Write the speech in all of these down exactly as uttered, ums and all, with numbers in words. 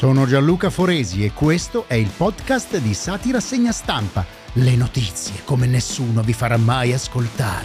Sono Gianluca Foresi e questo è il podcast di Sati Rassegna Stampa. Le notizie come nessuno vi farà mai ascoltare.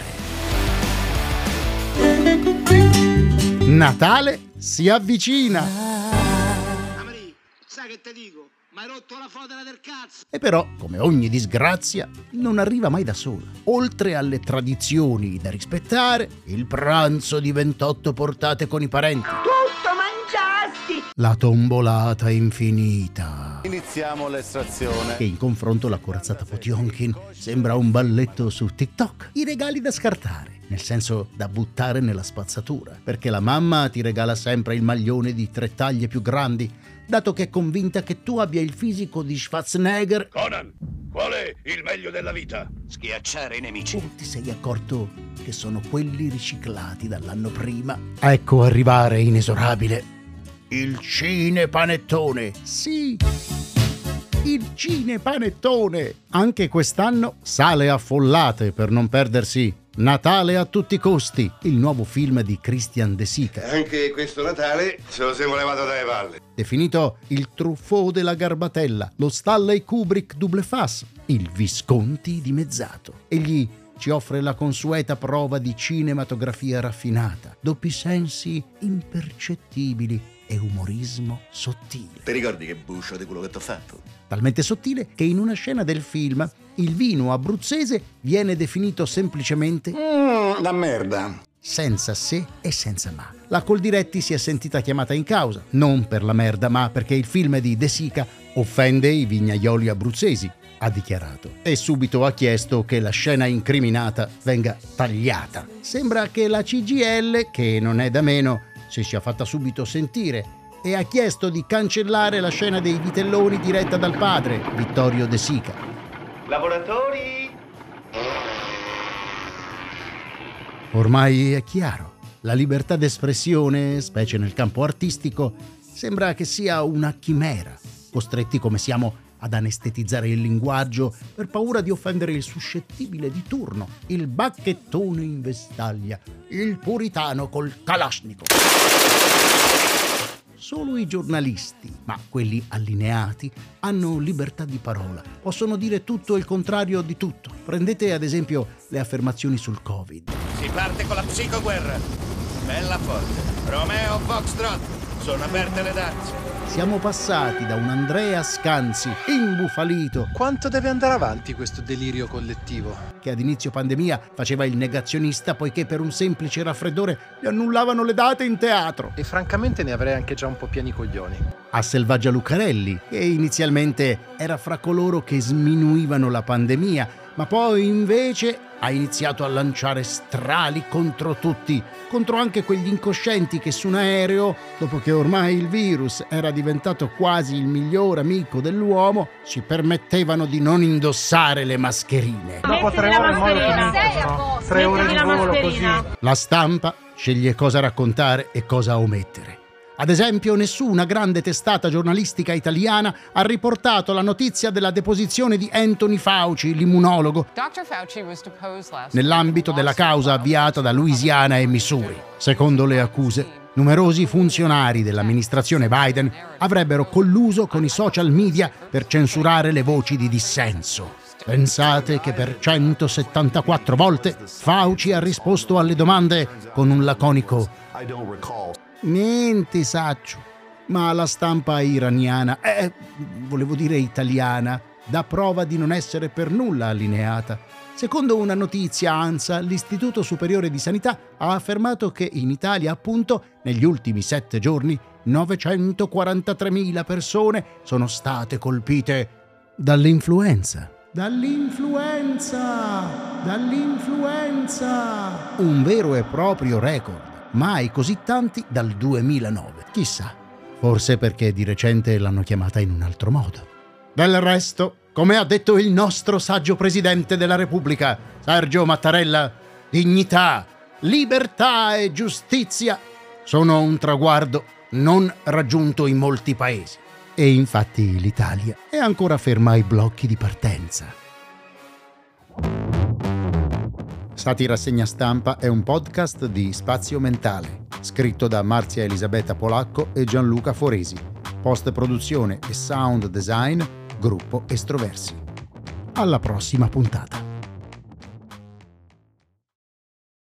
Natale si avvicina. Amari, sai che te dico? Ma hai rotto la fodera del cazzo! E però, come ogni disgrazia, non arriva mai da sola. Oltre alle tradizioni da rispettare, il pranzo di ventotto portate con i parenti. Tutto mangiasti! La tombolata infinita. Iniziamo l'estrazione. Che in confronto la corazzata Potionkin sembra un balletto su TikTok. I regali da scartare, nel senso da buttare nella spazzatura, perché la mamma ti regala sempre il maglione di tre taglie più grandi, dato che è convinta che tu abbia il fisico di Schwarzenegger. Conan, qual è il meglio della vita? Schiacciare i nemici. O ti sei accorto che sono quelli riciclati dall'anno prima? Ecco arrivare inesorabile il cinepanettone. Sì, il cinepanettone. Anche quest'anno sale a follate per non perdersi Natale a tutti i costi, il nuovo film di Christian De Sica. Anche questo Natale se lo siamo levato dalle palle. Definito il Truffaut della Garbatella, lo Stanley Kubrick double face, il Visconti dimezzato. Egli ci offre la consueta prova di cinematografia raffinata, doppi sensi impercettibili e umorismo sottile. Ti ricordi che buscio di quello che t'ho fatto? Talmente sottile che in una scena del film il vino abruzzese viene definito semplicemente Mmm, la merda! senza se e senza ma. La Coldiretti si è sentita chiamata in causa, non per la merda, ma perché il film di De Sica offende i vignaioli abruzzesi, ha dichiarato. E subito ha chiesto che la scena incriminata venga tagliata. Sembra che la C G I L, che non è da meno, si sia fatta subito sentire e ha chiesto di cancellare la scena dei vitelloni diretta dal padre, Vittorio De Sica. Lavoratori! Ormai è chiaro, la libertà d'espressione, specie nel campo artistico, sembra che sia una chimera, costretti come siamo ad anestetizzare il linguaggio per paura di offendere il suscettibile di turno, il bacchettone in vestaglia, il puritano col Kalashnikov. Solo i giornalisti, ma quelli allineati, hanno libertà di parola. Possono dire tutto e il contrario di tutto. Prendete ad esempio le affermazioni sul Covid. Si parte con la psicoguerra. Bella forte. Romeo Foxtrot. Sono aperte le danze. Siamo passati da un Andrea Scanzi imbufalito, Quanto deve andare avanti questo delirio collettivo? che ad inizio pandemia faceva il negazionista poiché per un semplice raffreddore gli annullavano le date in teatro, E francamente ne avrei anche già un po' pieni i coglioni. a Selvaggia Lucarelli, che inizialmente era fra coloro che sminuivano la pandemia, ma poi invece ha iniziato a lanciare strali contro tutti, contro anche quegli incoscienti che su un aereo, dopo che ormai il virus era diventato quasi il miglior amico dell'uomo, si permettevano di non indossare le mascherine. Dopo tre ore il molo finito, tre ore di volo così. La stampa sceglie cosa raccontare e cosa omettere. Ad esempio, nessuna grande testata giornalistica italiana ha riportato la notizia della deposizione di Anthony Fauci, l'immunologo, nell'ambito della causa avviata da Louisiana e Missouri. Secondo le accuse, numerosi funzionari dell'amministrazione Biden avrebbero colluso con i social media per censurare le voci di dissenso. Pensate che per centosettantaquattro volte Fauci ha risposto alle domande con un laconico niente saccio, ma la stampa iraniana, eh, volevo dire italiana, dà prova di non essere per nulla allineata. Secondo una notizia ANSA, l'Istituto Superiore di Sanità ha affermato che in Italia, appunto, negli ultimi sette giorni, novecentoquarantatremila persone sono state colpite dall'influenza. Dall'influenza! Dall'influenza! Un vero e proprio record. Mai così tanti dal duemilanove. Chissà, forse perché di recente l'hanno chiamata in un altro modo. Del resto, come ha detto il nostro saggio Presidente della Repubblica, Sergio Mattarella, dignità, libertà e giustizia sono un traguardo non raggiunto in molti paesi. E infatti l'Italia è ancora ferma ai blocchi di partenza. Sati Rassegna Stampa è un podcast di Spazio Mentale, scritto da Marzia Elisabetta Polacco e Gianluca Foresi. Post produzione e sound design, gruppo Estroversi. Alla prossima puntata.